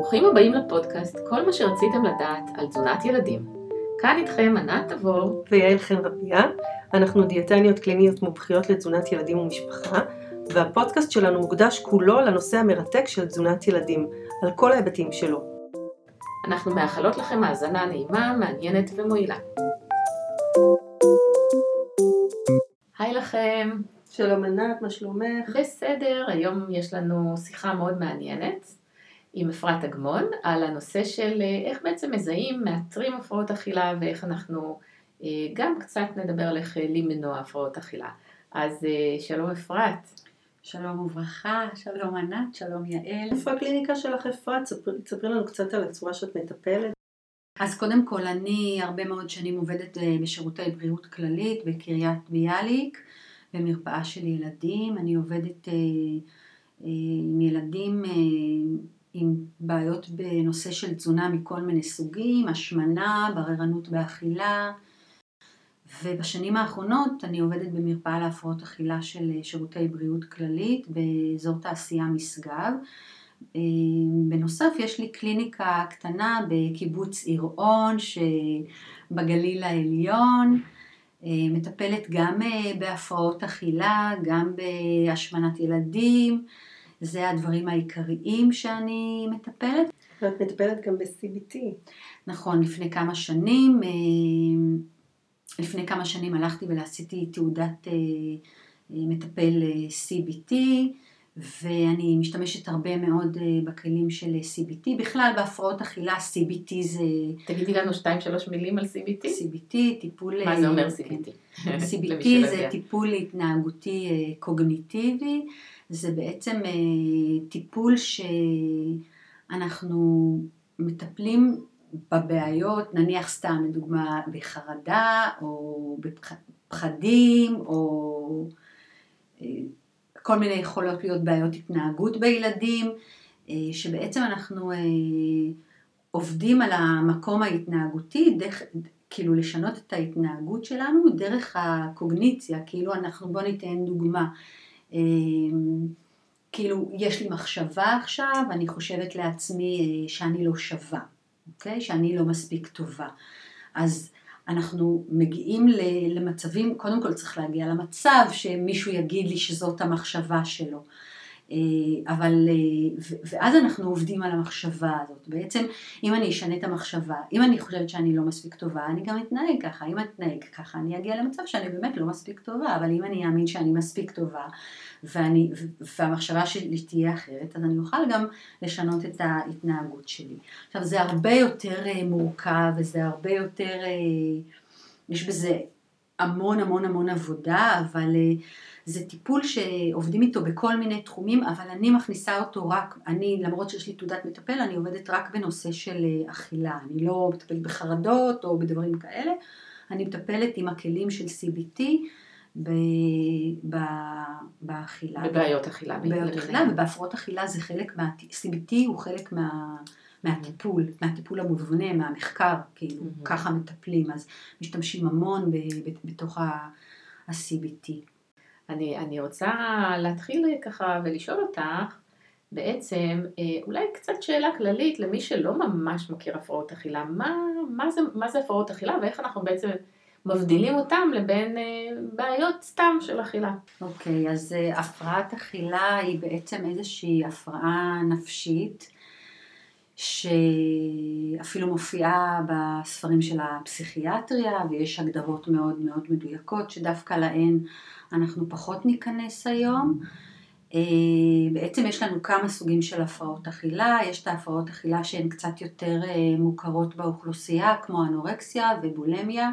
ברוכים הבאים לפודקאסט, כל מה שרציתם לדעת על תזונת ילדים. כאן איתכם ענת תבור ויעל חן רביה. אנחנו דיאטניות קליניות מומחיות לתזונת ילדים ומשפחה, והפודקאסט שלנו מוקדש כולו לנושא המרתק של תזונת ילדים, על כל ההיבטים שלו. אנחנו מאחלות לכם האזנה נעימה, מעניינת ומועילה. היי לכם. שלום ענת, מה שלומך? בסדר, היום יש לנו שיחה מאוד מעניינת עם אפרת אגמון על הנושא של איך בעצם מזהים, מאתרים הפרעות אכילה, ואיך אנחנו גם קצת נדבר על איך למנוע הפרעות אכילה. אז שלום אפרת. שלום וברכה, שלום ענת, שלום יעל. איפה הקליניקה שלך אפרת? תספרי לנו קצת על הצורה שאת מטפלת. אז קודם כל, אני הרבה מאוד שנים עובדת בשירותי בריאות כללית בקריית ביאליק, במרפאה של ילדים. אני עובדת עם ילדים עם בעיות בנושא של תזונה מכל מיני סוגים, השמנה, בררנות באכילה. ובשנים האחרונות אני עובדת במרפאה להפרעות אכילה של שירותי בריאות כללית באזור תעשייה משגב. בנוסף יש לי קליניקה קטנה בקיבוץ עירון שבגליל העליון, מטפלת גם בהפרעות אכילה, גם בהשמנת ילדים, זה הדברים העיקריים שאני מטפלת. ואת מטפלת גם ב-CBT. נכון, לפני כמה שנים הלכתי ועשיתי תעודת מטפל CBT, ואני משתמשת הרבה מאוד בכלים של CBT. בכלל בהפרעות אכילה CBT זה... תגידי לנו 2-3 מילים על CBT. CBT, טיפול... מה זה אומר CBT? CBT זה טיפול התנהגותי קוגניטיבי. זה בעצם טיפול שאנחנו מטפלים בבעיות, נניח סתם לדוגמה בחרדה או בפחדים או כל מיני יכולות להיות בעיות התנהגות בילדים, שבעצם אנחנו עובדים על המקום ההתנהגותי, כאילו לשנות את ההתנהגות שלנו דרך הקוגניציה. כאילו אנחנו, בוא ניתן דוגמה, כאילו יש לי מחשבה עכשיו, אני חושבת לעצמי שאני לא שווה, אוקיי? שאני לא מספיק טובה. אז אנחנו מגיעים למצבים, קודם כל צריך להגיע למצב שמישהו יגיד לי שזאת המחשבה שלו. ואז אנחנו עובדים על המחשבה הזאת. בעצם אם אני אשנה את המחשבה, אם אני חושבת שאני לא מספיק טובה, אני גם אתנהג ככה. אם אתנהג ככה, אני אגיע למצב שאני באמת לא מספיק טובה. אבל אם אני אאמין שאני מספיק טובה, והמחשבה שלי תהיה אחרת, אז אני אוכל גם לשנות את ההתנהגות שלי. עכשיו, זה הרבה יותר מורכב, וזה הרבה יותר, יש בזה המון עבודה, אבל זה טיפול שעובדים איתו בכל מיני תחומים, אבל אני מכניסה אותו רק, למרות שיש לי תעודת מטפל, אני עובדת רק בנושא של אכילה. אני לא מטפלת בחרדות או בדברים כאלה, אני מטפלת עם הכלים של CBT, באכילה. בבעיות אכילה. בבעיות אכילה, ובהפרעות אכילה זה חלק CBT הוא חלק מהטיפול המובנה, מהמחקר, כאילו, ככה מטפלים, אז משתמשים המון בתוך ה-CBT. אני רוצה להתחיל ככה ולשאול אותך, בעצם, אולי קצת שאלה כללית למי שלא ממש מכיר הפרעות אכילה, מה זה הפרעות אכילה ואיך אנחנו בעצם מבדילים אותם לבין בעיות סתם של אכילה. אוקיי, אז הפרעת אכילה היא בעצם איזושהי הפרעה נפשית, שאפילו מופיעה בספרים של הפסיכיאטריה, ויש הגדרות מאוד מאוד מדויקות, שדווקא להן אנחנו פחות ניכנס היום. בעצם יש לנו כמה סוגים של הפרעות אכילה, יש את ההפרעות אכילה שהן קצת יותר מוכרות באוכלוסייה, כמו אנורקסיה ובולמיה,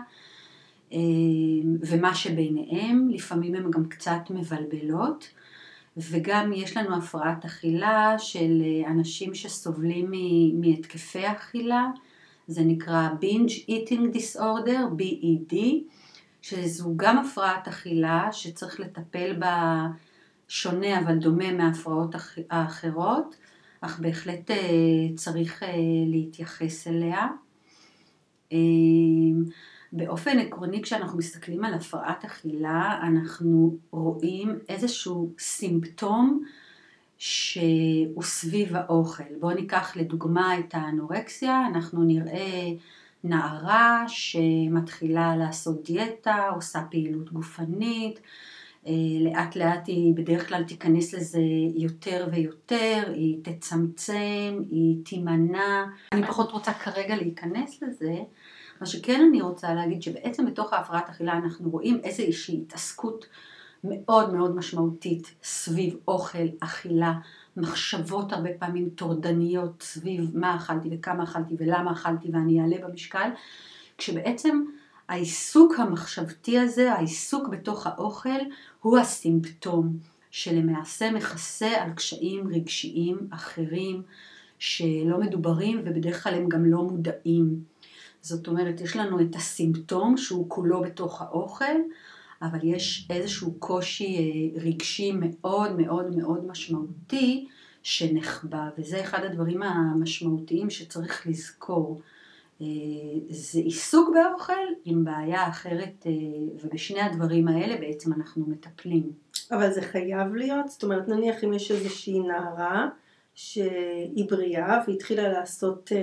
ומה שביניהם, לפעמים הן גם קצת מבלבלות, וגם יש לנו הפרעת אכילה של אנשים שסובלים מהתקפי אכילה, זה נקרא binge eating disorder, BED, שזו גם הפרעת אכילה שצריך לטפל בה שונה אבל דומה מההפרעות האחרות, אך בהחלט צריך להתייחס אליה. באופן עקרוני, כשאנחנו מסתכלים על הפרעת אכילה, אנחנו רואים איזשהו סימפטום שהוא סביב האוכל. בואו ניקח לדוגמה את האנורקסיה, אנחנו נראה נערה שמתחילה לעשות דיאטה, עושה פעילות גופנית, לאט לאט היא בדרך כלל תיכנס לזה יותר ויותר, היא תצמצם, היא תימנע. אני פחות רוצה כרגע להיכנס לזה, מה שכן אני רוצה להגיד שבעצם בתוך ההפרעת אכילה אנחנו רואים איזושהי התעסקות מאוד מאוד משמעותית סביב אוכל, אכילה, מחשבות הרבה פעמים טורדניות סביב מה אכלתי וכמה אכלתי ולמה אכלתי ואני אעלה במשקל, כשבעצם העיסוק המחשבתי הזה, העיסוק בתוך האוכל, הוא הסימפטום שלמעשה מכסה על קשיים רגשיים אחרים שלא מדוברים ובדרך כלל הם גם לא מודעים. זאת אומרת, יש לנו את הסימפטום שהוא כולו בתוך האוכל, אבל יש איזשהו קושי רגשי מאוד מאוד מאוד משמעותי שנחבא, וזה אחד הדברים המשמעותיים שצריך לזכור. זה עיסוק באוכל עם בעיה אחרת, ובשני הדברים האלה בעצם אנחנו מטפלים. אבל זה חייב להיות, זאת אומרת נניח אם יש איזושהי נערה שהיא בריאה והתחילה לעשות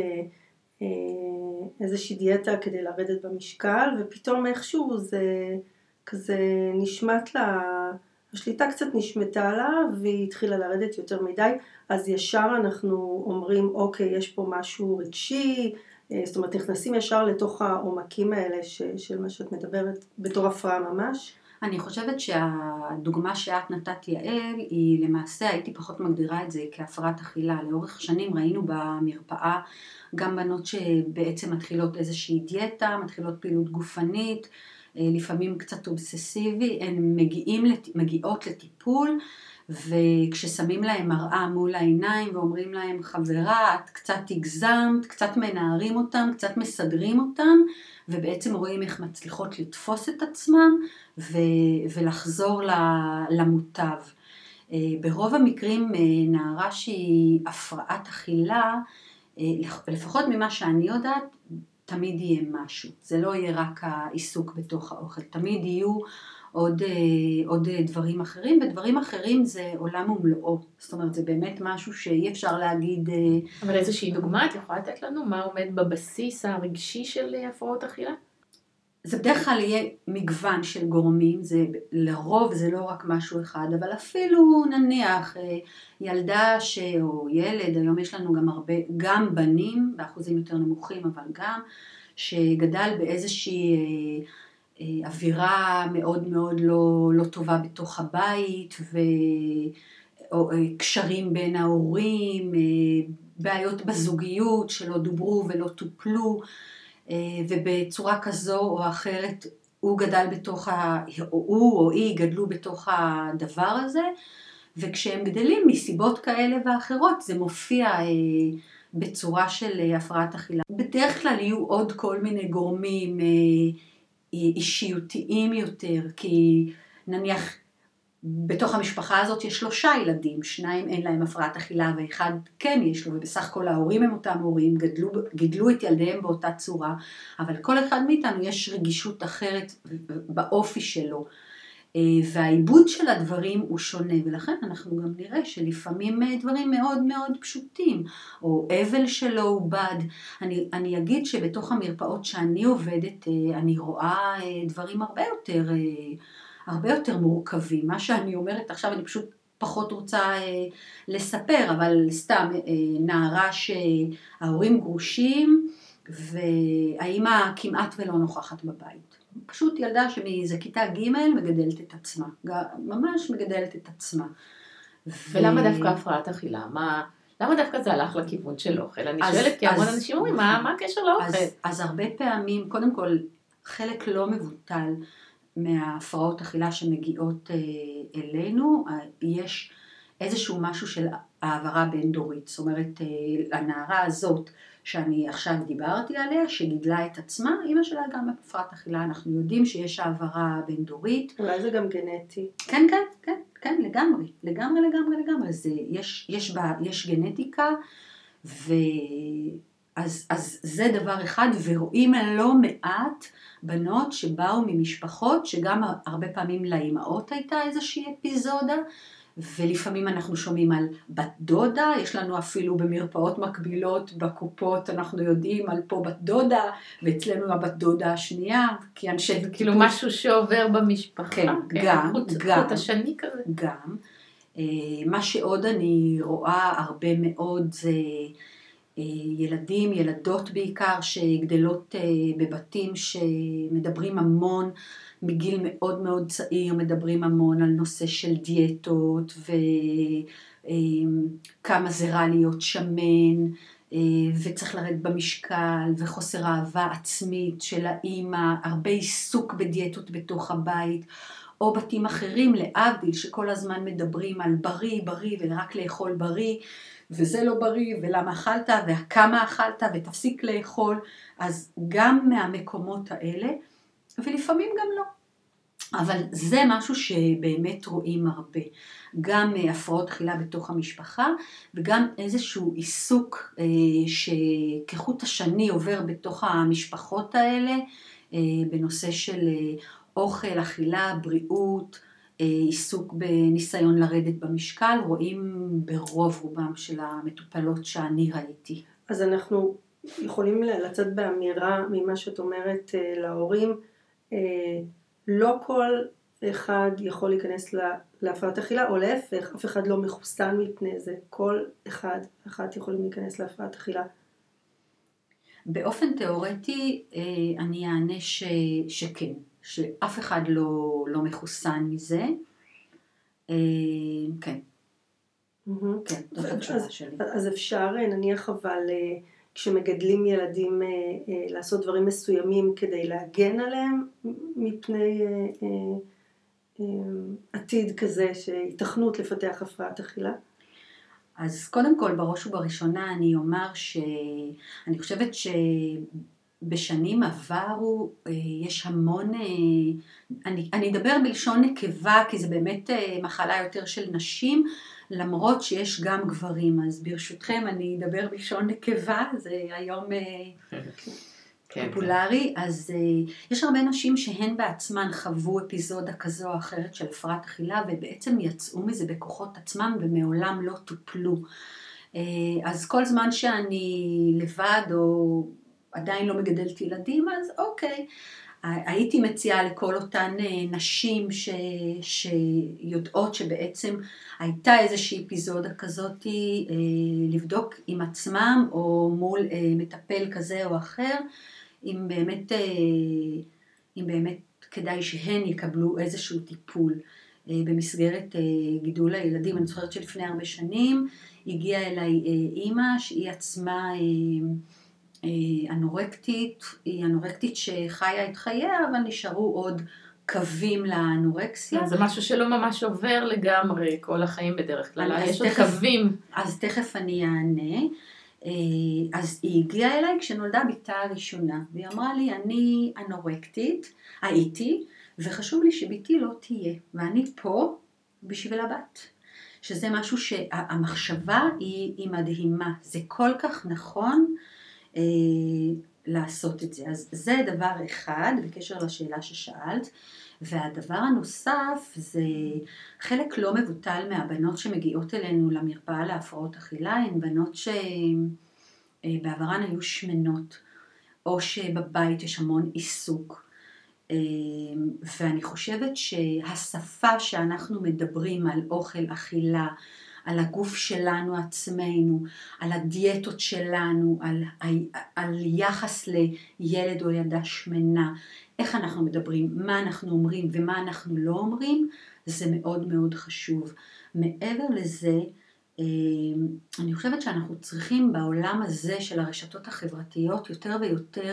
איזושהי דיאטה כדי לרדת במשקל, ופתאום איכשהו זה כזה נשמט לה, השליטה קצת נשמטה לה והיא התחילה לרדת יותר מדי, אז ישר אנחנו אומרים אוקיי, יש פה משהו רגשי, זאת אומרת נכנסים ישר לתוך העומקים האלה של מה שאת מדברת בתור הפרעה ממש. אני חושבת שהדוגמה שאת נתת יעל היא למעשה, הייתי פחות מגדירה את זה כהפרעת אכילה. לאורך שנים ראינו במרפאה גם בנות שבעצם מתחילות איזושהי דיאטה, מתחילות פעילות גופנית, לפעמים קצת אובססיבי, הן מגיעות לטיפול, וכששמים להם מראה מול העיניים ואומרים להם חברה, את קצת הגזמת, קצת מנערים אותם, קצת מסדרים אותם, ובעצם רואים איך מצליחות לתפוס את עצמם ולחזור למוטב. ברוב המקרים נערה שהיא הפרעת אכילה, לפחות ממה שאני יודעת, תמיד יהיה משהו. זה לא יהיה רק העיסוק בתוך האוכל, תמיד יהיו עוד דברים אחרים, ודברים אחרים זה עולם ומלואו. זאת אומרת, זה באמת משהו שאי אפשר להגיד. אבל איזושהי דוגמה, את יכולה לתת לנו מה עומד בבסיס הרגשי של הפרעות אכילה? זה בדרך כלל יהיה מגוון של גורמים, לרוב זה לא רק משהו אחד, אבל אפילו נניח ילדה או ילד, היום יש לנו גם הרבה, גם בנים, באחוזים יותר נמוכים, אבל גם, שגדל באיזושהי אווירה מאוד מאוד לא טובה בתוך הבית, או קשרים בין ההורים, בעיות בזוגיות שלא דוברו ולא טופלו, ובצורה כזו או אחרת הוא גדל בתוך, הוא או היא גדלו בתוך הדבר הזה, וכשהם גדלים מסיבות כאלה ואחרות זה מופיע בצורה של הפרעת אכילה. בדרך כלל יהיו עוד כל מיני גורמים אישיותיים יותר, כי נניח בתוך המשפחה הזאת יש 3 ילדים, 2 אין להם הפרעת אכילה ואחד כן יש לו, ובסך הכל ההורים הם אותם הורים, גידלו את ילדיהם באותה צורה, אבל כל אחד מאיתנו יש רגישות אחרת באופי שלו, והעיבוד של הדברים הוא שונה, ולכן אנחנו גם נראה שלפעמים דברים מאוד מאוד פשוטים, או אבל שלא עובד. אני אגיד שבתוך המרפאות שאני עובדת, אני רואה דברים הרבה יותר מורכבים. מה שאני אומרת עכשיו אני פשוט פחות רוצה לספר, אבל סתם נערה שההורים גרושים, והאימא כמעט ולא נוכחת בבית. פשוט ילדה שמאיזה כיתה ג' מגדלת את עצמה, ממש מגדלת את עצמה. ולמה דווקא הפרעת אכילה? למה דווקא זה הלך לכיוון של אוכל? אני שואלת כי המון אנשים אומרים, מה הקשר לאוכל? אז הרבה פעמים, קודם כל, חלק לא מבוטל מהפרעות אכילה שמגיעות אלינו, יש איזשהו משהו של העברה בין דורית. זאת אומרת, הנערה הזאת שאני עכשיו דיברתי עליה, שגידלה את עצמה, אמא שלה גם בהפרעת אכילה, אנחנו יודעים שיש העברה בין דורית. אולי זה גם גנטי. כן, לגמרי. יש גנטיקה, אז זה דבר אחד, ורואים לא מעט בנות שבאו ממשפחות, שגם הרבה פעמים לאימהות הייתה איזושהי אפיזודה, ולפעמים אנחנו שומעים על בת דודה, יש לנו אפילו במרפאות מקבילות בקופות, אנחנו יודעים על פה בת דודה, ואצלנו הבת דודה השנייה, כי אנשי טיפול... כאילו משהו שעובר במשפחה, כן, גם, חוט השני כזה. גם. מה שעוד אני רואה הרבה מאוד זה ילדים, ילדות בעיקר, שגדלות בבתים שמדברים המון, מגיל מאוד מאוד צעיר מדברים המון על נושא של דיאטות וכמה זה רע להיות שמן וצריך לרדת במשקל וחוסר אהבה עצמית של האמא, הרבה עיסוק בדיאטות בתוך הבית, או בתים אחרים להבדיל שכל הזמן מדברים על בריא ורק לאכול בריא וזה לא בריא ולמה אכלת וכמה אכלת ותפסיק לאכול, אז גם מהמקומות האלה ולפעמים גם לא. אבל זה משהו שבאמת רואים הרבה, גם הפרעות אכילה בתוך המשפחה, וגם איזשהו עיסוק שכחוט השני עובר בתוך המשפחות האלה, בנושא של אוכל, אכילה, בריאות, עיסוק בניסיון לרדת במשקל, רואים ברוב רובם של המטופלות שאני ראיתי. אז אנחנו יכולים לצאת באמירה ממה שאת אומרת להורים, לא כל אחד יכול להיכנס להפרעת אכילה, או להפך, אף אחד לא מחוסן מפני זה, כל אחת יכולים להיכנס להפרעת אכילה. באופן תיאורטי אני אענה שכן, שאף אחד לא מחוסן מזה, כן. כן, זאת התשובה שלי. אז אפשר נניח אבל כשמגדלים ילדים לעשות דברים מסוימים כדי להגן עליהם מפני עתיד כזה שהתכנות לפתח הפרעת אכילה? אז קודם כל בראש ובראשונה אני אומר שאני חושבת שבשנים עברו יש המון, אני אדבר בלשון נקבה כי זה באמת מחלה יותר של נשים, למרות שיש גם גברים, אז ברשותכם אני אדבר בלשון נקבה, זה היום פופולרי, אז יש הרבה נשים שהן בעצמן חוו אפיזודה כזו או אחרת של הפרעת אכילה, ובעצם יצאו מזה בכוחות עצמם ומעולם לא טופלו. אז כל זמן שאני לבד או עדיין לא מגדלת ילדים, אז אוקיי, הייתי מציעה לכל אותן נשים שיודעות שבעצם הייתה איזושהי אפיזודה כזאת, לבדוק עם עצמם או מול מטפל כזה או אחר, אם באמת כדאי שהן יקבלו איזשהו טיפול במסגרת גידול הילדים. אני זוכרת שלפני הרבה שנים הגיעה אליי אימא שהיא עצמה אנורקטית, היא אנורקטית שחיה את חייה, אבל נשארו עוד קווים לאנורקסיה. זה משהו שלא ממש עובר לגמרי כל החיים בדרך כלל, יש עוד קווים. אז תכף אני אענה. אז היא הגיעה אליי כשנולדה ביתה הראשונה, והיא אמרה לי, אני אנורקטית, הייתי, וחשוב לי שביתי לא תהיה, ואני פה בשביל הבת. שזה משהו שהמחשבה היא מדהימה, זה כל כך נכון לעשות את זה. אז זה דבר אחד בקשר לשאלה ששאלת, והדבר הנוסף זה חלק לא מבוטל מהבנות שמגיעות אלינו למרפאה להפרעות אכילה, הן בנות שבעברן היו שמנות, או שבבית יש המון עיסוק. ואני חושבת שהשפה שאנחנו מדברים על אוכל, אכילה, על הגוף שלנו עצמנו, על הדיאטות שלנו, על יחס לילד או ילדה שמנה, איך אנחנו מדברים, מה אנחנו אומרים ומה אנחנו לא אומרים, זה מאוד מאוד חשוב. מעבר לזה, אני חושבת שאנחנו צריכים בעולם הזה של הרשתות החברתיות יותר ויותר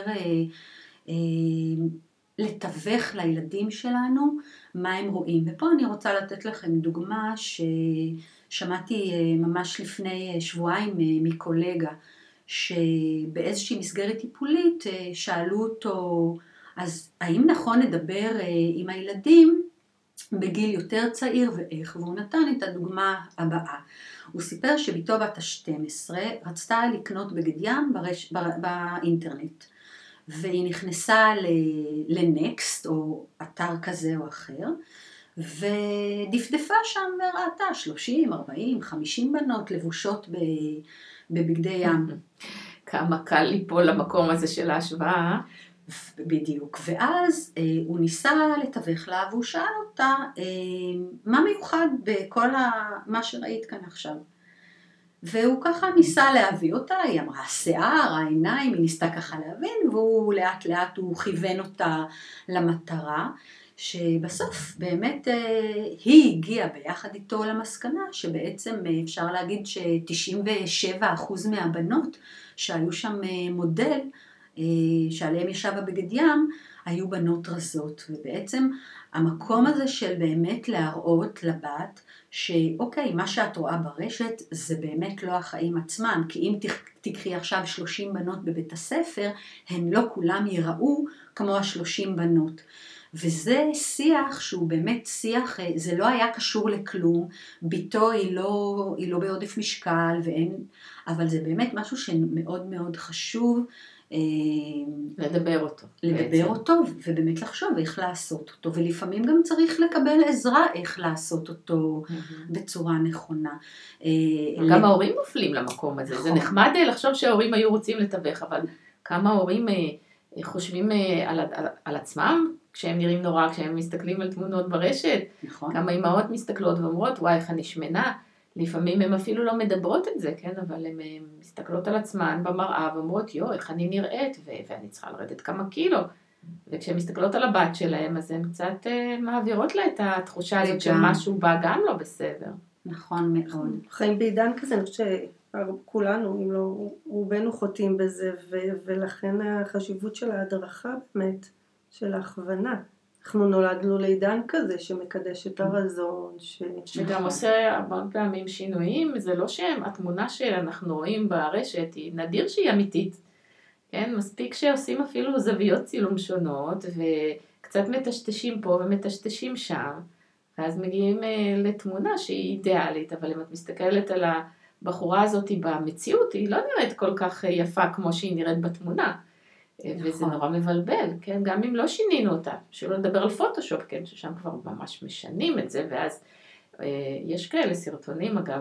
לתווך לילדים שלנו מה הם רואים. ופה אני רוצה לתת לכם דוגמה ששמעתי ממש לפני שבועיים מקולגה, שבאיזושהי מסגרת טיפולית שאלו אותו, אז האם נכון לדבר עם הילדים בגיל יותר צעיר ואיך? והוא נתן את הדוגמה הבאה. הוא סיפר שביתו בת ה-12 רצתה לקנות בגד ים באינטרנט. והיא נכנסה לנקסט או אתר כזה או אחר, ודפדפה שם וראתה 30, 40, 50 בנות לבושות בבגדי ים. כמה קל ליפול למקום הזה של ההשוואה. בדיוק, ואז הוא ניסה לתווך לה, והוא שאל אותה, מה מיוחד בכל מה שראית כאן עכשיו? והוא ככה ניסה להביא אותה, היא אמרה, השיער, העיניים, היא ניסתה ככה להבין, והוא לאט לאט הוא כיוון אותה למטרה, שבסוף באמת היא הגיעה ביחד איתו למסקנה, שבעצם אפשר להגיד ש97% מהבנות שהיו שם מודל, שעליהם ישב הבגד ים, היו בנות רזות, ובעצם המקום הזה של באמת להראות לבת, שאוקיי, מה שאת רואה ברשת זה באמת לא החיים עצמם, כי אם תקחי עכשיו 30 בנות בבית הספר, הן לא כולם ייראו כמו ה30 בנות. וזה שיח שהוא באמת שיח, זה לא היה קשור לכלום, ביתו היא לא בעודף משקל, אבל זה באמת משהו שמאוד מאוד חשוב, לדבר אותו ובאמת לחשוב איך לעשות אותו, ולפעמים גם צריך לקבל עזרה איך לעשות אותו בצורה נכונה. גם ההורים נופלים למקום הזה, זה נחמד לחשוב שההורים היו רוצים לתווך, אבל כמה ההורים חושבים על עצמם כשהם נראים נורא, כשהם מסתכלים על תמונות ברשת, כמה אמהות מסתכלות ואומרות וואי איך אני שמנה, לפעמים הן אפילו לא מדברות את זה, כן? אבל הן מסתכלות על עצמן במראה ואומרות, איך אני נראית, ואני צריכה לרדת כמה קילו. וכשהן מסתכלות על הבת שלהן, אז הן קצת מעבירות לה את התחושה הזאת שמשהו בא גם לא בסדר. נכון מאוד. חיים בעידן כזה, אני חושבת שכולנו, אם לא רובנו חוטאים בזה, ולכן החשיבות של ההדרכה באמת, של ההכוונה. אנחנו נולדנו לעידן כזה שמקדש את הרזון. שגם עושה הרבה פעמים שינויים, זה לא שהתמונה שאנחנו רואים ברשת היא נדיר שהיא אמיתית. כן? מספיק שעושים אפילו זוויות צילום שונות, וקצת מטשטשים פה ומטשטשים שם, ואז מגיעים לתמונה שהיא אידיאלית, אבל אם את מסתכלת על הבחורה הזאת במציאות, היא לא נראית כל כך יפה כמו שהיא נראית בתמונה. וזה נורא מבלבל, כן? גם אם לא שינינו אותה, שלא לדבר על פוטושופ, כן? ששם כבר ממש משנים את זה, ואז יש כאלה סרטונים, אגב,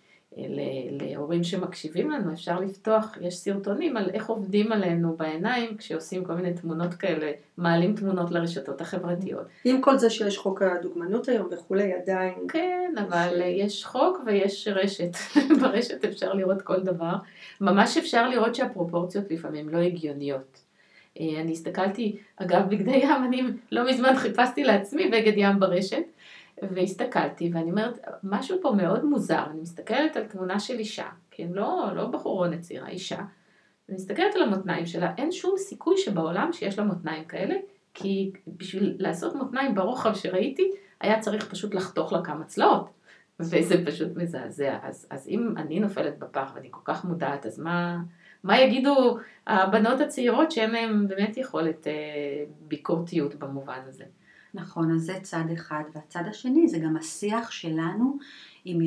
להורים שמקשיבים לנו, אפשר לפתוח, יש סרטונים על איך עובדים עלינו בעיניים, כשעושים כל מיני תמונות כאלה, מעלים תמונות לרשתות החברתיות. עם כל זה שיש חוק הדוגמנות היום וכולי, עדיין. כן, אבל יש חוק ויש רשת. ברשת אפשר לראות כל דבר. ממש אפשר לראות שהפרופורציות לפעמים לא הגיוניות. אני הסתכלתי, אגב, בגדי ים, אני לא מזמן חיפשתי לעצמי בגד ים ברשת, והסתכלתי, ואני אומרת, משהו פה מאוד מוזר, אני מסתכלת על תמונה של אישה, כן, לא בחורונת צעירה, אישה, אני מסתכלת על המותניים שלה, אין שום סיכוי שבעולם שיש לה מותניים כאלה, כי בשביל לעשות מותניים ברוחב שראיתי, היה צריך פשוט לחתוך לה כמה צלעות, וזה פשוט מזעזע. אז אם אני נופלת בפח ואני כל כך מודעת, אז מה יגידו הבנות הצעירות שאין להן באמת יכולת ביקורתיות במובן הזה? נכון, אז זה צד אחד, והצד השני זה גם השיח שלנו עם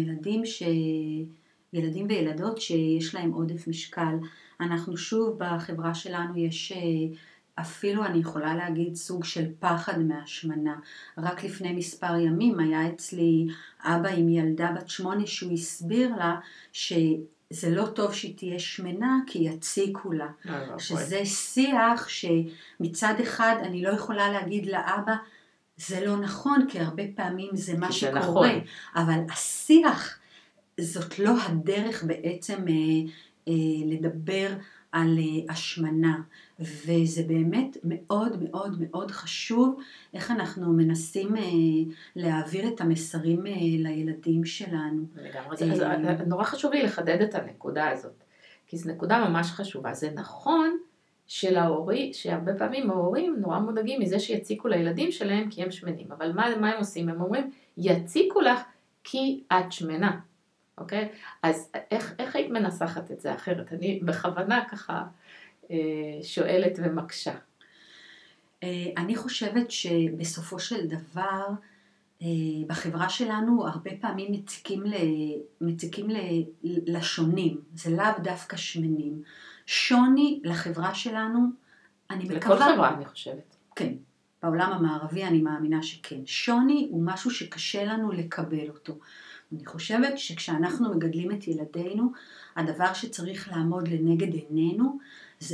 ילדים וילדות שיש להם עודף משקל. אנחנו שוב בחברה שלנו יש אפילו אני יכולה להגיד סוג של פחד מהשמנה. רק לפני מספר ימים היה אצלי אבא עם ילדה בת 8 שהוא הסביר לה שזה לא טוב שהיא תהיה שמנה כי יציקו לה. שזה שיח שמצד אחד אני לא יכולה להגיד לאבא זה לא נכון, כי הרבה פעמים זה מה שקורה, נכון. אבל השיח זאת לא הדרך בעצם לדבר על השמנה, וזה באמת מאוד מאוד מאוד חשוב איך אנחנו מנסים להעביר את המסרים לילדים שלנו. אז נורא חשוב לי לחדד את הנקודה הזאת, כי זו נקודה ממש חשובה, זה נכון, שהרבה פעמים ההורים נורא מודאגים מזה שיציקו לילדים שלהם כי הם שמנים. אבל מה הם עושים? הם אומרים, יציקו לך כי את שמנה. אוקיי? אז איך היית מנסחת את זה אחרת? אני בכוונה ככה שואלת ומקשה. אני חושבת שבסופו של דבר, בחברה שלנו הרבה פעמים מציקים לשונים. זה לאו דווקא שמנים. שוני לחברה שלנו, אני מקווה... לכל חברה, אני חושבת. כן. בעולם המערבי אני מאמינה שכן. שוני הוא משהו שקשה לנו לקבל אותו. אני חושבת שכשאנחנו מגדלים את ילדינו, הדבר שצריך לעמוד לנגד עינינו, זה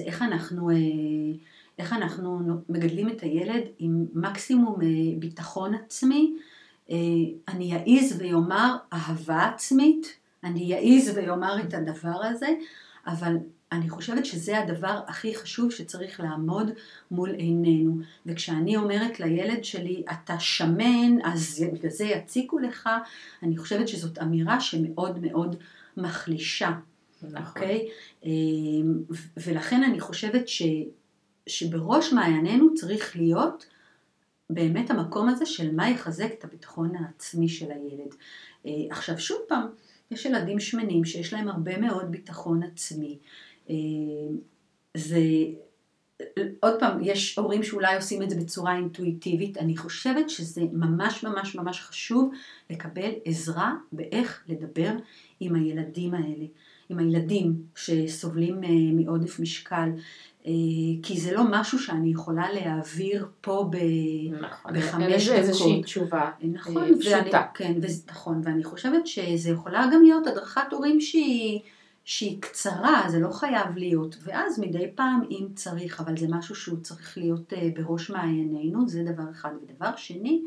איך אנחנו מגדלים את הילד עם מקסימום ביטחון עצמי. אני יעיז ויאמר אהבה עצמית, אני יעיז ויאמר את הדבר הזה, אבל אני חושבת שזה הדבר הכי חשוב שצריך לעמוד מול עינינו. וכשאני אומרת לילד שלי, אתה שמן, אז בגלל זה יציקו לך, אני חושבת שזאת אמירה שמאוד מאוד מחלישה. נכון. אוקיי? ולכן אני חושבת שבראש מעיינינו צריך להיות באמת המקום הזה של מה יחזק את הביטחון העצמי של הילד. עכשיו שוב פעם, יש ילדים שמנים שיש להם הרבה מאוד ביטחון עצמי. זה, עוד פעם, יש הורים שאולי עושים את זה בצורה אינטואיטיבית. אני חושבת שזה ממש ממש ממש חשוב לקבל עזרה באיך לדבר עם הילדים האלה, עם הילדים שסובלים מעודף משקל, כי זה לא משהו שאני יכולה להעביר פה בחמש דקות. איזושהי תשובה פשוטה. כן, נכון, ואני חושבת שזה יכולה גם להיות הדרכת הורים שהיא קצרה, זה לא חייב להיות, ואז מדי פעם אם צריך, אבל זה משהו שהוא צריך להיות בראש מעיינינו, זה דבר אחד. ודבר שני,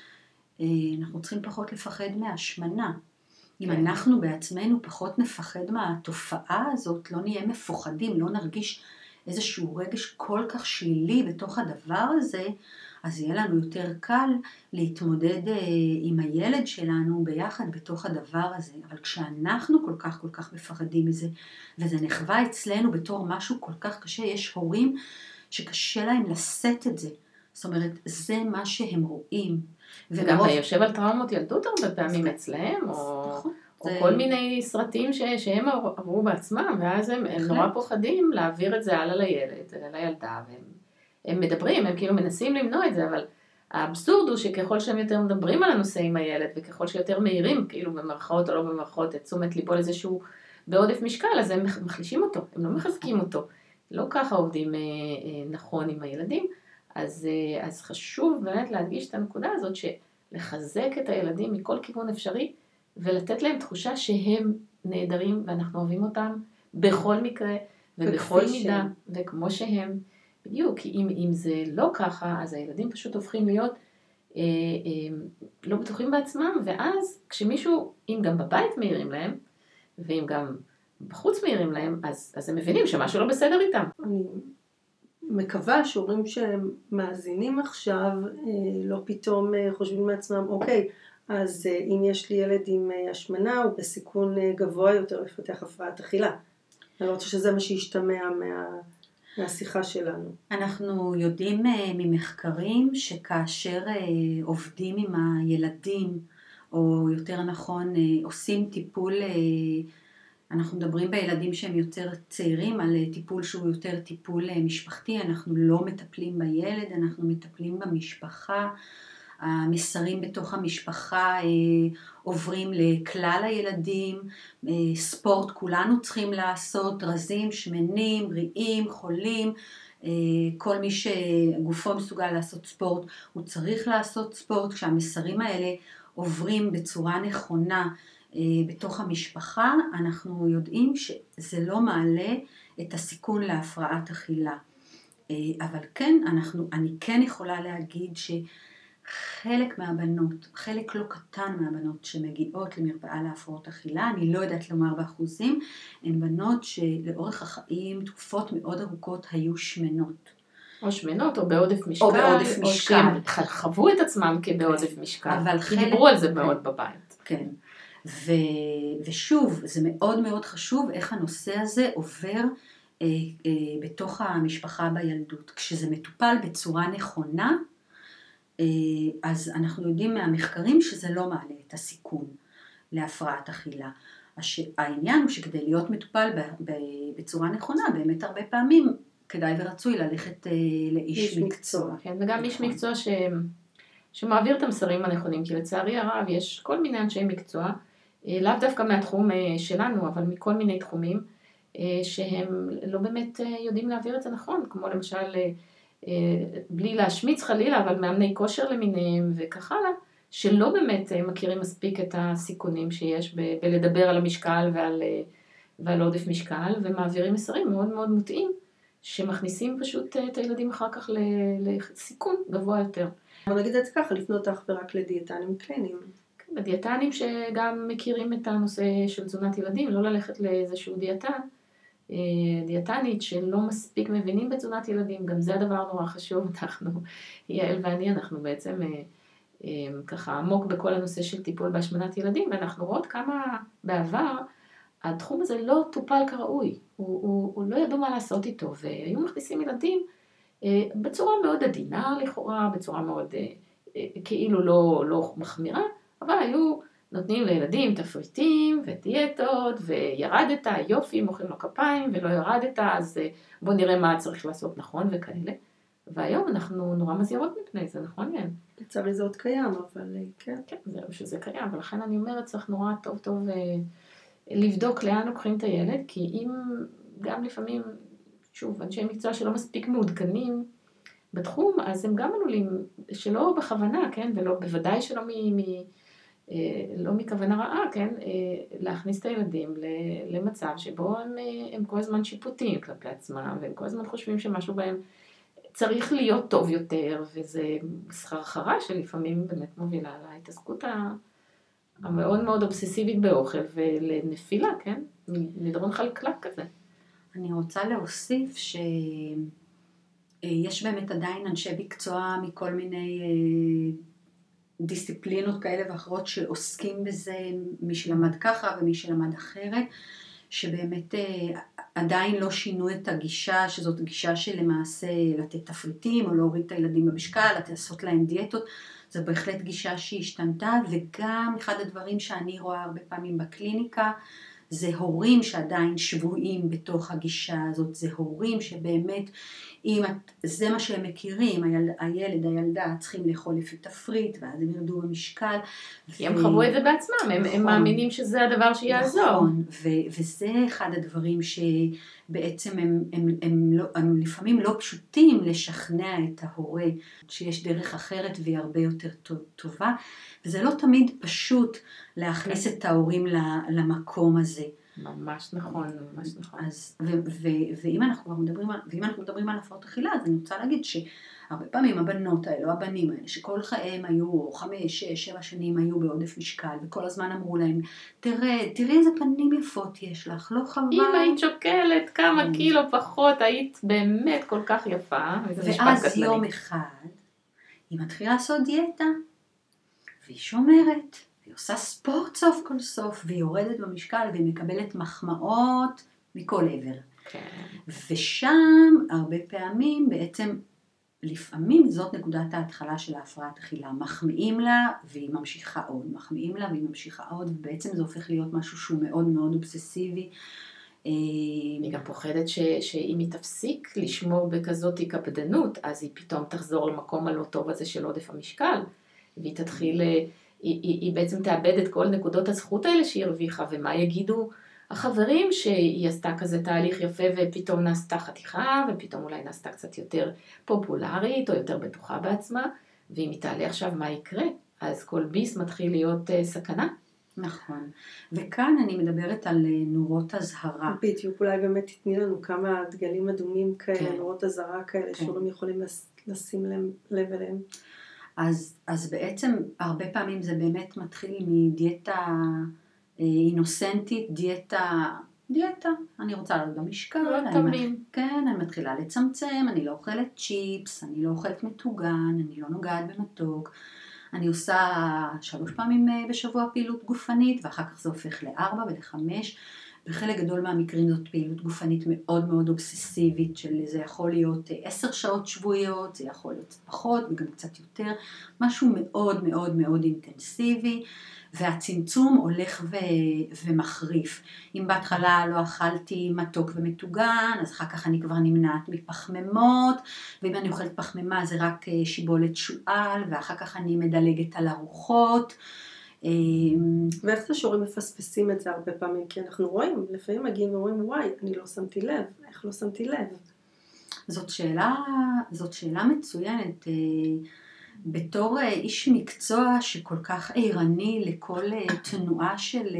אנחנו צריכים פחות לפחד מהשמנה. אם אנחנו בעצמנו פחות נפחד מהתופעה הזאת, לא נהיה מפוחדים, לא נרגיש איזשהו רגש כל כך שלילי בתוך הדבר הזה, אז יהיה לנו יותר קל להתמודד עם הילד שלנו ביחד בתוך הדבר הזה. אבל כשאנחנו כל כך מפחדים מזה, וזה נחווה אצלנו בתור משהו כל כך קשה, יש הורים שקשה להם לשאת את זה. זאת אומרת, זה מה שהם רואים. וגם יושב על טראומות ילדות הרבה פעמים אצלהם, או כל מיני סרטים שהם עברו בעצמם, ואז הם נורא פוחדים להעביר את זה הלאה לילד, לילדה, והם מדברים, הם כאילו מנסים למנוע את זה, אבל האבסורד הוא שככל שהם יותר מדברים על הנושא עם הילד, וככל שיותר מהירים, כאילו במרכאות או לא במרכאות, את תשומת ליבו לאיזשהו בעודף משקל, אז הם מחלישים אותו, הם לא מחזקים אותו. לא ככה עובדים נכון עם הילדים, אז חשוב באמת להדגיש את הנקודה הזאת, שלחזק את הילדים מכל כיוון אפשרי, ולתת להם תחושה שהם נהדרים, ואנחנו אוהבים אותם בכל מקרה, ובכל מידה, וכמו שהם. בדיוק, כי אם זה לא ככה, אז הילדים פשוט הופכים להיות לא בטוחים בעצמם, ואז כשמישהו, אם גם בבית מהירים להם, ואם גם בחוץ מהירים להם, אז הם מבינים שמשהו לא בסדר איתם. אני מקווה שהורים שהם מאזינים עכשיו, לא פתאום חושבים מעצמם, אוקיי, אז אם יש לי ילד עם השמנה, הוא בסיכון גבוה יותר לפתח הפרעת אכילה. אני רוצה שזה מה שישתמע מהשיחה שלנו. אנחנו יודעים ממחקרים שכאשר עובדים עם הילדים, או יותר נכון עושים טיפול, אנחנו מדברים בילדים שהם יותר צעירים על טיפול שהוא יותר טיפול משפחתי, אנחנו לא מטפלים בילד, אנחנו מטפלים במשפחה, המסרים בתוך המשפחה עוברים לכלל הילדים, ספורט כולנו צריכים לעשות, רזים, שמנים, בריאים, חולים, כל מי שגופו מסוגל לעשות ספורט, הוא צריך לעשות ספורט. כשהמסרים האלה עוברים בצורה נכונה בתוך המשפחה, אנחנו יודעים שזה לא מעלה את הסיכון להפרעת אכילה. אבל כן, אני כן יכולה להגיד חלק מהבנות, חלק לא קטן מהבנות שמגיעות למרפאה להפרעות אכילה, אני לא יודעת לומר באחוזים, הן בנות שלאורך החיים תקופות מאוד ארוכות היו שמנות. או שמנות או בעודף משקל, או שהם חוו את עצמם כבעודף משקל, כי דיברו על זה מאוד בבית. כן, ושוב, זה מאוד מאוד חשוב איך הנושא הזה עובר בתוך המשפחה בילדות. כשזה מטופל בצורה נכונה, אז אנחנו יודעים מהמחקרים שזה לא מעלה את הסיכון להפרעת אכילה. העניין הוא שכדי להיות מטופל בצורה נכונה, באמת הרבה פעמים כדאי ורצוי ללכת לאיש מקצוע. כן, וגם איש מקצוע שמעביר את המסרים הנכונים, כי לצערי הרב יש כל מיני אנשי מקצוע, לאו דווקא מהתחום שלנו, אבל מכל מיני תחומים, שהם לא באמת יודעים להעביר את זה נכון, כמו למשל בלי להשמיץ חלילה, אבל מאמני כושר למיניהם וכך הלאה, שלא באמת מכירים מספיק את הסיכונים שיש בלדבר על המשקל ועל עודף משקל, ומעבירים מסרים מאוד מאוד מוטעים, שמכניסים פשוט את הילדים אחר כך לסיכון גבוה יותר. בוא נגיד את זה ככה, לפנות אך ורק לדיאטנים קליניים. כן, בדיאטנים שגם מכירים את הנושא של תזונת ילדים, לא ללכת לאיזשהו דיאטנית שלא מספיק מבינים בתזונת ילדים, גם זה הדבר נורא חשוב, יעל ואני, אנחנו בעצם ככה עמוק בכל הנושא של טיפול בהשמנת ילדים, ואנחנו רואות כמה בעבר התחום הזה לא טופל כראוי, הוא לא ידעו מה לעשות איתו, והיו מכניסים ילדים בצורה מאוד עדינה לכאורה, בצורה מאוד כאילו לא מחמירה, אבל היו נותנים לילדים תפריטים ודיאטות, וירדת, יופי, מוחאים לו כפיים, ולא ירדת, אז בוא נראה מה צריך לעשות נכון וכאלה. והיום אנחנו נורא מזהירות מפני זה, נכון יעל? לצערי זה עוד קיים, אבל כן. כן, זהו שזה קיים, ולכן אני אומרת, צריך נורא טוב לבדוק לאן לוקחים את הילד, כי אם גם לפעמים, שוב, אנשי מקצוע שלא מספיק מעודכנים בתחום, אז הם גם עלולים, שלא בכוונה, כן, ולא, בוודאי שלא לא מכוונה רעה, כן, להכניס את הילדים למצב שבו הם כל הזמן שיפוטיים כלפי עצמם, והם כל הזמן חושבים שמשהו בהם צריך להיות טוב יותר, וזה סחרחרה שלפעמים באמת מובילה להתעסקות המאוד מאוד אובססיבית באוכל, ולנפילה, כן, מדרון חלקלק כזה. אני רוצה להוסיף שיש באמת עדיין אנשי מקצוע מכל מיני דיסציפלינות כאלה ואחרות שעוסקים בזה, מי שלמד ככה ומי שלמד אחרת, שבאמת עדיין לא שינו את הגישה, שזאת גישה שלמעשה לתת תפריטים או להוריד את הילדים במשקל, לעשות להם דיאטות, זו בהחלט גישה שהשתנתה, וגם אחד הדברים שאני רואה הרבה פעמים בקליניקה, זה הורים שעדיין שבויים בתוך הגישה הזאת, זה הורים שבאמת, אם זה מה שהם מכירים, הילד, הילדה צריכים לאכול לפי תפריט, ואז הם ירדו במשקל. כי הם חוו את זה בעצמם, הם מאמינים שזה הדבר שיעזור. נכון, וזה אחד הדברים שבעצם הם לפעמים לא פשוטים לשכנע את ההורה, שיש דרך אחרת והיא הרבה יותר טובה, וזה לא תמיד פשוט להכניס את ההורים למקום הזה. ממש נכון, ממש נכון. ואם אנחנו מדברים על הפרעות אכילה, אז אני רוצה להגיד שהרבה פעמים הבנות האלה, או הבנים האלה, שכל חייהם היו 5, 6, 7 שנים היו בעודף משקל, וכל הזמן אמרו להם, תראי איזה פנים יפות יש לך, לא חבל. אם היית שוקלת כמה קילו פחות, היית באמת כל כך יפה. ואז יום אחד, היא מתחילה לעשות דיאטה, והיא שומרת. היא עושה ספורט סוף כל סוף, והיא יורדת במשקל, והיא מקבלת מחמאות מכל עבר. כן. ושם, הרבה פעמים, בעצם, לפעמים זאת נקודת ההתחלה של ההפרעת אכילה. מחמיאים לה, והיא ממשיכה עוד. מחמיאים לה, והיא ממשיכה עוד, ובעצם זה הופך להיות משהו שהוא מאוד מאוד אובססיבי. אני גם פוחדת שאם היא תפסיק לשמור בכזאת קפדנות, אז היא פתאום תחזור למקום הלא טוב הזה של עודף המשקל, והיא תתחיל... היא בעצם תאבד את כל נקודות הזכות האלה שהיא הרוויחה, ומה יגידו החברים שהיא עשתה כזה תהליך יפה, ופתאום נעשתה חתיכה, ופתאום אולי נעשתה קצת יותר פופולרית, או יותר בטוחה בעצמה, ואם היא תעלה עכשיו מה יקרה, אז כל ביס מתחיל להיות סכנה. נכון, וכאן אני מדברת על נורות הזהרה. בדיוק, אולי באמת תתני לנו כמה דגלים אדומים כאלה, נורות הזהרה כאלה, שהורים יכולים לשים לב אליהם. אז בעצם הרבה פעמים זה באמת מתחיל מדיאטה אינוסנטית, דיאטה, אני רוצה לעלות במשקל, כן, אני מתחילה לצמצם, אני לא אוכלת צ'יפס, אני לא אוכלת מטוגן, אני לא נוגעת במתוק, אני עושה 3 פעמים בשבוע פעילות גופנית, ואחר כך זה הופך ל4 ול5, בחלק גדול מהמקרים זאת פעילות גופנית מאוד מאוד אובססיבית, זה יכול להיות 10 שעות שבועיות, זה יכול להיות פחות וגם קצת יותר, משהו מאוד מאוד מאוד אינטנסיבי, והצמצום הולך ומחריף. אם בהתחלה לא אכלתי מתוק ומטוגן, אז אחר כך אני כבר נמנעת מפחמימות, ואם אני אוכלת פחמימה זה רק שיבולת שועל, ואחר כך אני מדלגת על ארוחות, ואיך זה שהורים מפספסים את זה הרבה פעמים? כי אנחנו רואים, לפעמים מגיעים ואומרים, וואי, אני לא שמתי לב, איך לא שמתי לב? זאת שאלה מצוינת. בתור איש מקצוע שכל כך עירני לכל תנועה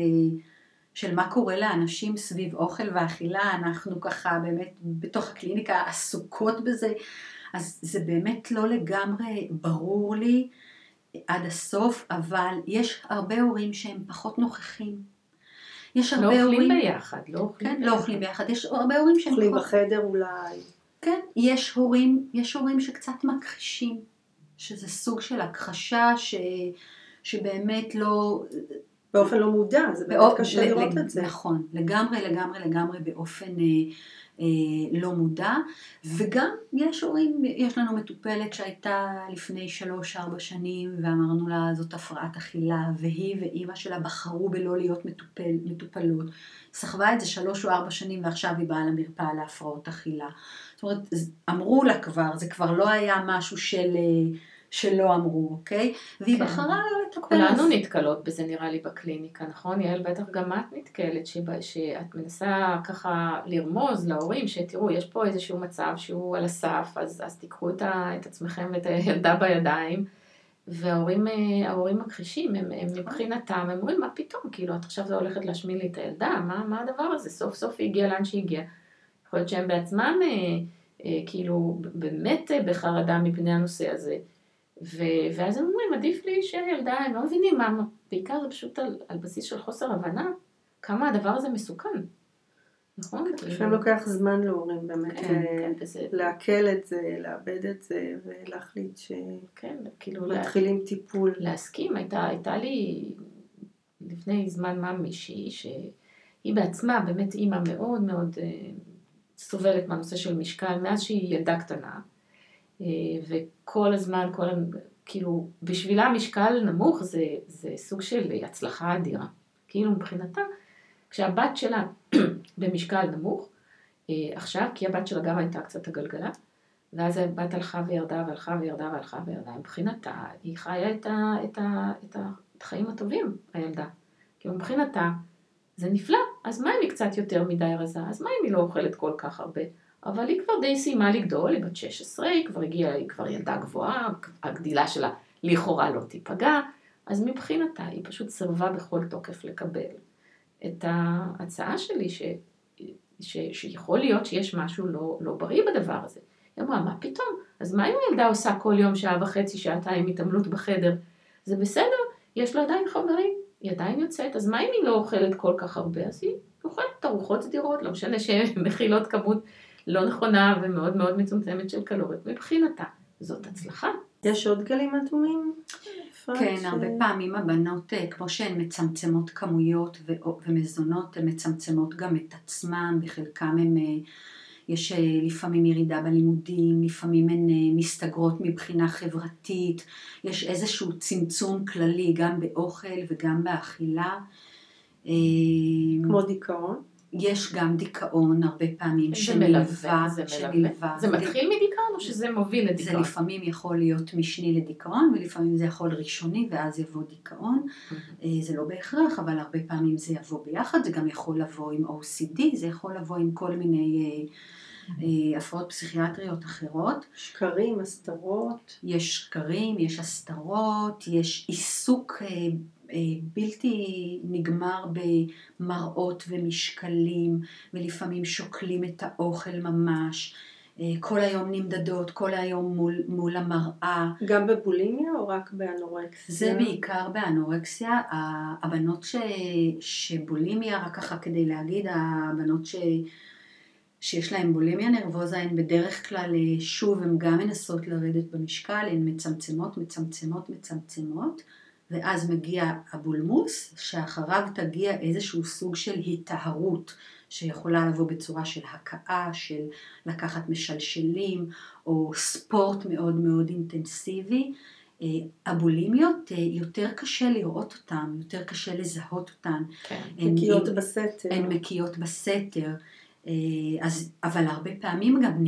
של מה קורה לאנשים סביב אוכל ואכילה, אנחנו ככה באמת בתוך הקליניקה עסוקות בזה, אז זה באמת לא לגמרי ברור לי עד הסוף, אבל יש הרבה הורים שהם פחות נוכחים. יש הרבה לא הורים אוכלים ביחד, לא אוכלים כן, ביחד. לא אוכלים ביחד. יש הרבה הורים שהם אוכלים פחות... בחדר אולי. כן, יש הורים שקצת מכחישים, שזה סוג של הכחשה שבאמת לא... באופן לא מודע, זה באמת קשה לראות את זה. נכון, לגמרי באופן לא מודע, וגם יש הורים, יש לנו מטופלת שהייתה לפני 3-4 שנים, ואמרנו לה זאת הפרעת אכילה, והיא ואימא שלה בחרו בלא להיות מטופלות, סחבה את זה 3 או 4 שנים, ועכשיו היא באה למרפאה להפרעות אכילה. זאת אומרת, אמרו לה כבר, זה כבר לא היה משהו שלא אמרו, אוקיי? והיא כן. בחרה לא לטפל. כולנו נתקלות בזה נראה לי בקליניקה, נכון? יעל, בטח גם את נתקלת, שאת מנסה ככה לרמוז להורים, שתראו, יש פה איזשהו מצב שהוא על הסף, אז תיקחו את עצמכם ואת הילדה בידיים, וההורים מכחישים, הם מבחינתם, הם אומרים, מה פתאום? כאילו, את עכשיו זה הולכת להשמיד לי את הילדה, מה הדבר הזה? סוף סוף היא הגיעה לאן שהיא הגיעה. יכול להיות שהם בעצמם, כאילו, באמת בחרדה מפני הנושא הזה. ואז הם אומרים, עדיף לי שהילדה, הם לא מבינים מה, בעיקר זה פשוט על בסיס של חוסר הבנה, כמה הדבר הזה מסוכן. נכון? לפעמים לוקח זמן להורים באמת לעכל את זה, לאבד את זה, ולהחליט שמתחילים טיפול. להסכים, הייתה לי לפני זמן מה מישהי, שהיא בעצמה באמת אימא מאוד מאוד סובלת מהנושא של משקל, מאז שהיא ילדה קטנה, וכל הזמן, כאילו, בשבילה משקל נמוך זה סוג של הצלחה אדירה. כאילו מבחינתה, כשהבת שלה במשקל נמוך, עכשיו, כי הבת שלה גם הייתה קצת הגלגלה, ואז הבת הלכה וירדה והלכה וירדה והלכה וירדה, מבחינתה, היא חיה את החיים הטובים, הילדה. כאילו מבחינתה, זה נפלא, אז מה אם היא קצת יותר מדי רזה? אז מה אם היא לא אוכלת כל כך הרבה? אבל היא כבר די סיימה לגדול, היא בת 16, היא כבר ילדה גבוהה, הגדילה שלה לכאורה לא תיפגע, אז מבחינתה היא פשוט סרבה בכל תוקף לקבל את ההצעה שלי, שיכול להיות שיש משהו לא בריא בדבר הזה. היא אמרה, מה פתאום? אז מה אם הילדה עושה כל יום 1.5 שעתיים התעמלות בחדר? זה בסדר, יש לה עדיין חברים, היא עדיין יוצאת, אז מה אם היא לא אוכלת כל כך הרבה? אז היא אוכלת ארוחות סדירות, לא משנה שהן מכילות כמות לא נכונה ומאוד מאוד מצומצמת של קלוריות. מבחינתה, זאת הצלחה. יש עוד גלים אדומים? כן, הרבה פעמים הבנות, כמו שהן מצמצמות כמויות ומזונות, הן מצמצמות גם את עצמן, בחלקם יש לפעמים ירידה בלימודים, לפעמים הן מסתגרות מבחינה חברתית, יש איזשהו צמצום כללי גם באוכל וגם באכילה. כמו דיכאון? יש גם דיכאון הרבה פעמים שמלווה. זה מתחיל מדיכאון או שזה מוביל לדיכאון? זה לפעמים יכול להיות משני לדיכאון, ולפעמים זה יכול ראשוני ואז יבוא דיכאון. זה לא בהכרח, אבל הרבה פעמים זה יבוא ביחד, זה גם יכול לבוא עם OCD, זה יכול לבוא עם כל מיני הפרעות פסיכיאטריות אחרות. שקרים, הסתרות. יש שקרים, יש הסתרות, יש עיסוק בלתי נגמר במראות ומשקלים, ולפעמים שוקלים את האוכל ממש, כל היום נמדדות, כל היום מול המראה. גם בבולימיה או רק באנורקסיה? זה בעיקר באנורקסיה. הבנות שבולימיה, רק ככה כדי להגיד, הבנות שיש להן בולימיה נרבוזה, הן בדרך כלל שוב, הן גם מנסות לרדת במשקל, הן מצמצמות, ואז מגיע הבולמוס, שאחריו תגיע איזשהו סוג של היטהרות, שיכולה לבוא בצורה של הקאה, של לקחת משלשלים, או ספורט מאוד מאוד אינטנסיבי. הבולימיות יותר קשה לראות אותן, יותר קשה לזהות אותן. כן. מקיאות בסתר. הן מקיאות בסתר. אבל הרבה פעמים גם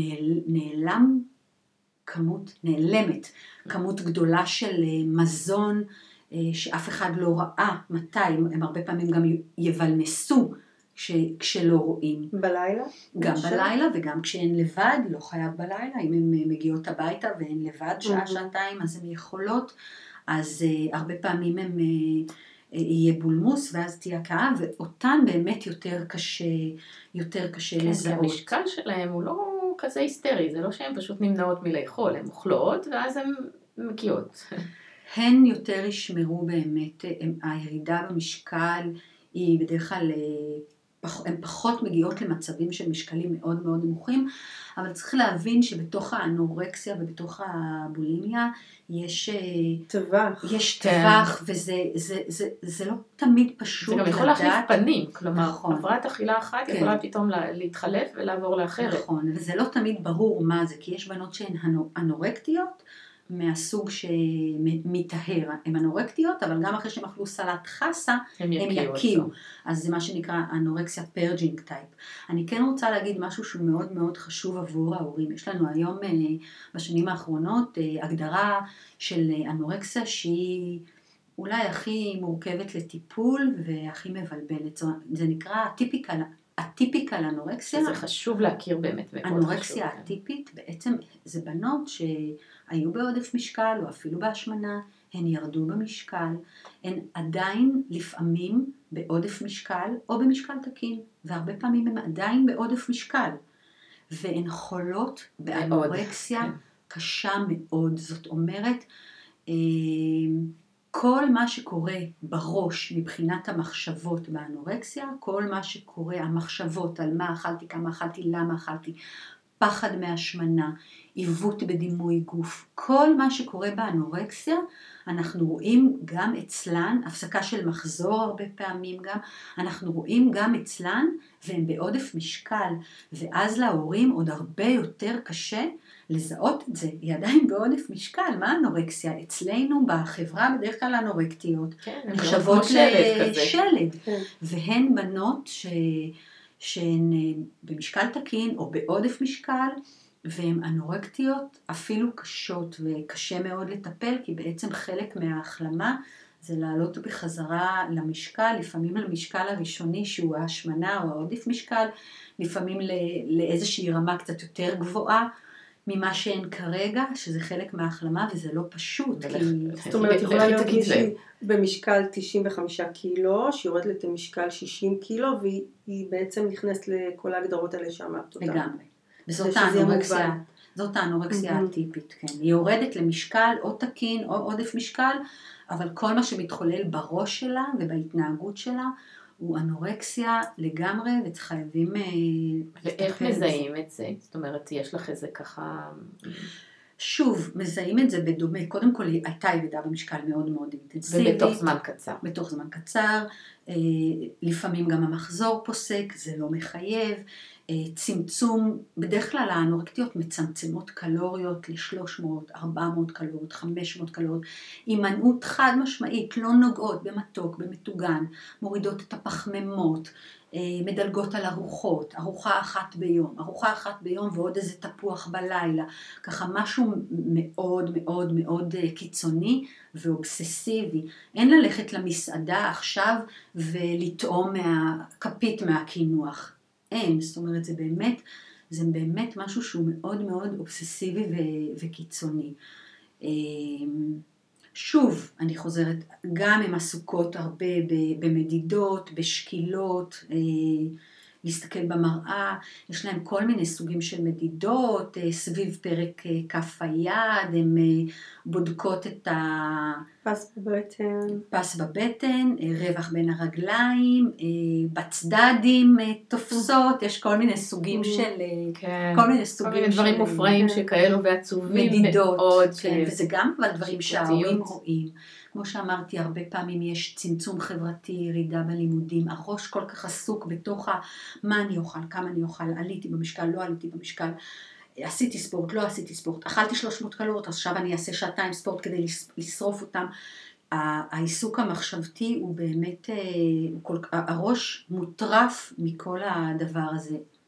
נעלמת כמות גדולה של מזון, שאף אחד לא ראה מתי, הם הרבה פעמים גם יבלנסו כשלא רואים. בלילה? גם בלילה וגם כשהן לבד, לא חייב בלילה, אם הן מגיעות הביתה והן לבד שעה, שעתיים, אז הן יכולות, אז הרבה פעמים הן יהיה בולמוס ואז תהיה הקאה, ואותן באמת יותר קשה לזהות. כי המשקל שלהם הוא לא כזה היסטרי, זה לא שהן פשוט נמנעות מלאכול, הן אוכלות ואז הן מגיעות. הן יותר ישמרו באמת, הירידה במשקל היא בדרך כלל, הן פחות מגיעות למצבים של משקלים מאוד מאוד נמוכים, אבל צריך להבין שבתוך האנורקסיה ובתוך הבולימיה יש טווח, וזה לא תמיד פשוט לדעת. זה גם יכול להחליף פנים, כלומר, הפרעת אכילה אחת יכולה פתאום להתחלף ולעבור לאחרת. נכון, וזה לא תמיד ברור מה זה, כי יש בנות שהן אנורקטיות, מהסוג שמתאהר, הן אנורקטיות, אבל גם אחרי שהם אכלו סלט חסה, הם יקיעו. אז זה מה שנקרא אנורקסיה פרג'ינג טייפ. אני כן רוצה להגיד משהו שהוא מאוד מאוד חשוב עבור ההורים. יש לנו היום בשנים האחרונות הגדרה של אנורקסיה שהיא אולי הכי מורכבת לטיפול והכי מבלבלת. זה נקרא הטיפיקל אנורקסיה. זה חשוב להכיר באמת. אנורקסיה הטיפית בעצם זה בנות שהיו בעודף משקל או אפילו בהשמנה, הן ירדו במשקל, הן עדיין לפעמים בעודף משקל או במשקל תקין, והרבה פעמים הן עדיין בעודף משקל, והן חולות באנורקסיה קשה מאוד. זאת אומרת, כל מה שקורה בראש מבחינת המחשבות באנורקסיה, כל מה שקורה, המחשבות על מה אכלתי, כמה אכלתי, למה אכלתי, פחד מהשמנה, עיוות בדימוי גוף, כל מה שקורה באנורקסיה, אנחנו רואים גם אצלן, הפסקה של מחזור הרבה פעמים גם, אנחנו רואים גם אצלן, והן בעודף משקל, ואז להורים עוד הרבה יותר קשה לזהות את זה, היא עדיין בעודף משקל, מה אנורקסיה? אצלנו בחברה בדרך כלל אנורקטיות, נחשבות לשלד, והן בנות שהן במשקל תקין או בעודף משקל, והן אנורקטיות אפילו קשות, וקשה מאוד לטפל, כי בעצם חלק מההחלמה זה לעלות בחזרה למשקל, לפעמים למשקל הראשוני שהוא ההשמנה או העודף משקל, לפעמים לאיזושהי רמה קצת יותר גבוהה ממה שהן כרגע, שזה חלק מההחלמה, וזה לא פשוט. זאת אומרת, יכולה להיות מישהי במשקל 95 קילו, שיורדת למשקל 60 קילו, והיא בעצם נכנסת לכל ההגדרות האלה שאמרת אותה. לגמרי. וזאת האנורקסיה הטיפית, כן. היא יורדת למשקל או תקין או עודף משקל, אבל כל מה שמתחולל בראש שלה ובהתנהגות שלה, הוא אנורקסיה לגמרי, וחייבים... ואיך מזהים את זה? זאת אומרת, יש לך איזה ככה... שוב, מזהים את זה בדומה. קודם כל, הייתה ירידה במשקל מאוד מאוד אינטנסיבית. ובתוך זמן קצר. בתוך זמן קצר. לפעמים גם המחזור פוסק, זה לא מחייב. צמצום, בדרך כלל האנורקטיות מצמצמות קלוריות ל-300, 400 קלוריות, 500 קלוריות. הימנעות חד משמעית, לא נוגעות במתוק, במטוגן, מורידות את הפחמימות, מדלגות על ארוחות, ארוחה אחת ביום ועוד איזה תפוח בלילה, ככה משהו מאוד מאוד מאוד קיצוני ואובססיבי. אין ללכת למסעדה עכשיו ולטעום כפית מהקינוח. אין, זאת אומרת זה באמת משהו שהוא מאוד מאוד אובססיבי וקיצוני. שוב, אני חוזרת, גם הם עסוקות הרבה במדידות, בשקילות, להסתכל במראה, יש להם כל מיני סוגים של מדידות, סביב פרק כף היד, הן בודקות את פס בבטן, רווח בין הרגליים, בצדדים תופסות, יש כל מיני סוגים של, כל מיני דברים מופרעים שכאלו ועצובים מאוד, וזה גם אבל דברים שההורים רואים. כמו שאמרתי, הרבה פעמים יש צמצום חברתי, ירידה בלימודים, הראש כל כך עסוק בתוך מה אני אוכל, כמה אני אוכל, עליתי במשקל, לא עליתי במשקל, עשיתי ספורט, לא עשיתי ספורט, אכלתי 300 קלוריות, אז עכשיו אני אעשה שעתיים ספורט כדי לשרוף אותם. העיסוק המחשבתי הוא באמת, הראש מוטרף מכל הדבר הזה.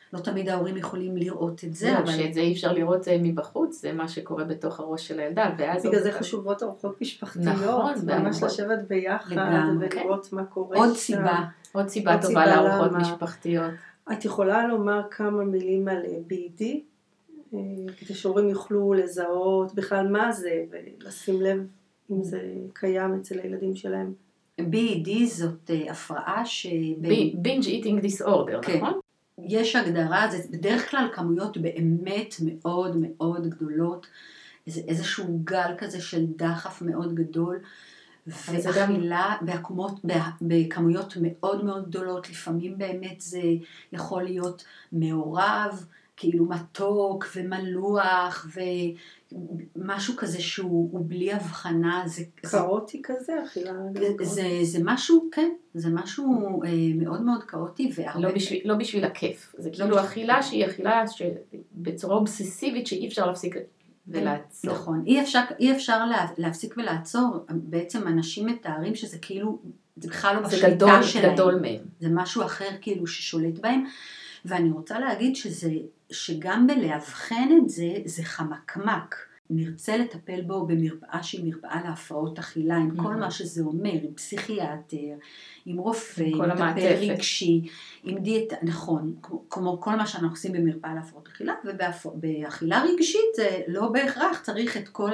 לא תמיד ההורים יכולים לראות את זה, זהו, אבל... שאת זה אי אפשר לראות מבחוץ, זה מה שקורה בתוך הראש של הילדה, ואז... בגלל זה חשובות ארוחות משפחתיות, נכון, ממש לשבת ביחד ולראות מה קורה עוד שם. סיבה. עוד סיבה טובה לארוחות למה. משפחתיות. את יכולה לומר כמה מילים על BED, כדי שהורים יוכלו לזהות בכלל מה זה, ולשים לב אם זה קיים אצל הילדים שלהם. BED זאת הפרעה binge eating disorder, כן. נכון? יש הגדרה, זה בדרך כלל כמויות באמת מאוד מאוד גדולות, איזשהו גל כזה של דחף מאוד גדול, ואכילה בכמויות מאוד מאוד גדולות, לפעמים באמת זה יכול להיות מעורב, כאילו מתוק ומלוח ומשהו כזה שהוא בלי הבחנה. כאוטי כזה, אכילה? זה משהו, כן, זה משהו מאוד מאוד כאוטי. לא בשביל הכיף, זה כאילו אכילה שהיא אכילה בצורה אובססיבית שאי אפשר להפסיק ולעצור. נכון, אי אפשר להפסיק ולעצור, בעצם אנשים מתארים שזה כאילו, זה בכלל לא בשליטה שלהם. זה גדול מהם. זה משהו אחר כאילו ששולט בהם, ואני רוצה להגיד שגם בלהבחן את זה, זה חמקמק. נרצה לטפל בו במרפאה שהיא מרפאה להפרעות אכילה, עם כל מה שזה אומר, עם פסיכיאטר, עם רופא, עם מטפל רגשי, עם דיאטה, נכון, כמו כל מה שאנחנו עושים במרפאה להפרעות אכילה, ובאכילה רגשית זה לא בהכרח צריך את כל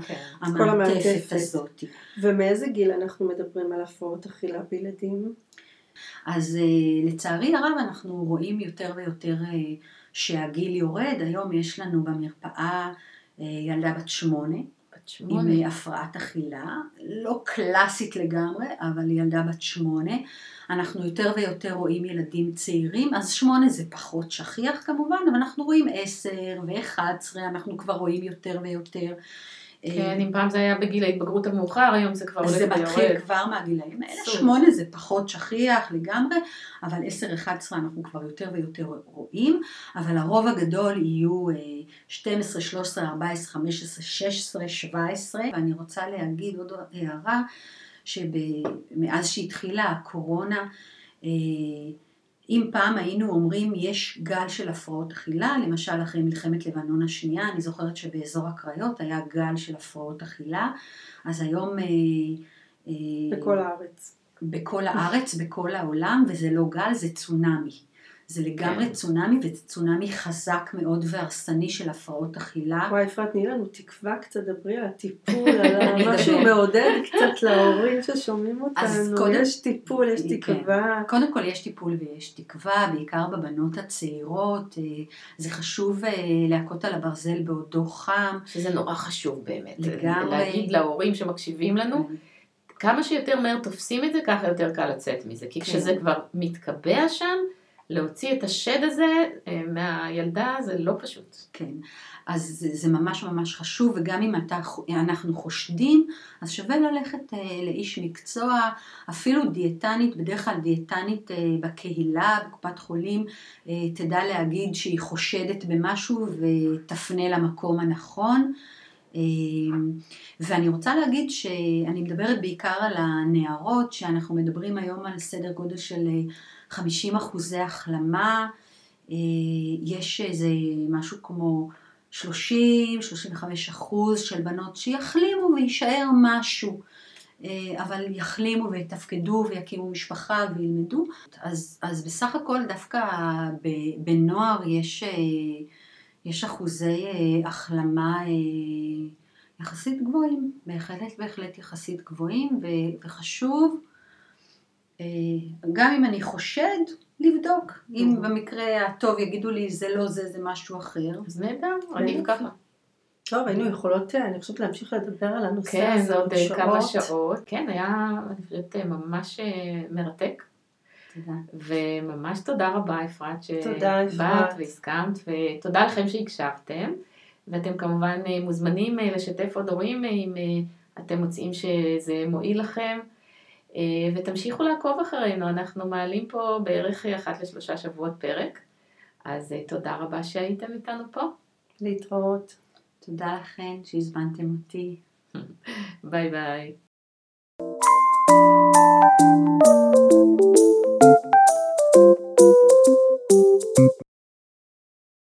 המעטפת הזאת. ומאיזה גיל אנחנו מדברים על הפרעות אכילה בילדים? אז לצערי הרב אנחנו רואים יותר ויותר שהגיל יורד. היום יש לנו במרפאה ילדה בת 8 עם הפרעת אכילה, לא קלאסית לגמרי, אבל ילדה בת 8. אנחנו יותר ויותר רואים ילדים צעירים, אז 8 זה פחות שכיח כמובן, אבל אנחנו רואים 10 ו-11, אנחנו כבר רואים יותר ויותר. כן, אם פעם זה היה בגיל ההתבגרות המאוחר, היום זה כבר הולך ויורד. זה מתחיל כבר מהגילאים האלה, 8 זה פחות שכיח לגמרי, אבל 10-11 אנחנו כבר יותר ויותר רואים, אבל הרוב הגדול יהיו 12, 13, 14, 15, 16, 17, ואני רוצה להגיד עוד הערה, שמאז שהתחילה הקורונה, אם פעם היינו אומרים יש גל של הפרעות אכילה, למשל אחרי מלחמת לבנון השנייה, אני זוכרת שבאזור הקריות היה גל של הפרעות אכילה, אז היום... בכל הארץ. בכל הארץ, בכל העולם, וזה לא גל, זה צונמי. זה לגמרי צונמי, וזה צונמי חזק מאוד והרסני של הפרעות אכילה. וואי, אפרת, תני לנו תקווה קצת, דברי על הטיפול, על משהו מעודד קצת להורים ששומעים אותנו. יש טיפול, יש תקווה. קודם כל יש טיפול ויש תקווה, בעיקר בבנות הצעירות. זה חשוב להכות על הברזל בעודו חם. שזה נורא חשוב באמת. לגמרי. להגיד להורים שמקשיבים לנו, כמה שיותר מהר תופסים את זה, ככה יותר קל לצאת מזה. כי כשזה כבר מתקבע שם, להוציא את השד הזה מהילדה זה לא פשוט. כן, אז זה ממש ממש חשוב, וגם אם אנחנו חושדים, אז שווה ללכת לאיש מקצוע, אפילו דיאטנית, בדרך כלל דיאטנית בקהילה, בקופת חולים, תדע להגיד שהיא חושדת במשהו ותפנה למקום הנכון. ואני רוצה להגיד שאני מדברת בעיקר על הנערות, שאנחנו מדברים היום על סדר גודל של 50% החלמה, יש איזה משהו כמו 30-35% של בנות שיחלימו וישאר משהו, אבל יחלימו ויתפקדו ויקימו משפחה וילמדו. אז בסך הכל דווקא בנוער יש אחוזי החלמה יחסית גבוהים, בהחלט יחסית גבוהים, וחשוב, גם אם אני חושד, לבדוק. אם במקרה הטוב יגידו לי זה לא זה, זה משהו אחר. אז נהדר, אני ככה. טוב, היינו יכולות, אני חושבת להמשיך לדבר על הנושא כן, הזה. זה עוד כמה שעות. כן, היה, אני חושבת, ממש מרתק. תודה. וממש תודה רבה, אפרת, שבאת והסכמת, ותודה לכם שהקשבתם. ואתם כמובן מוזמנים לשתף עוד הורים אם אתם מוצאים שזה מועיל לכם. ותמשיכו לעקוב אחרינו, אנחנו מעלים פה בערך 1-3 שבועות פרק. אז תודה רבה שהייתם איתנו פה. להתראות. תודה לכם שהזמנתם אותי. ביי ביי.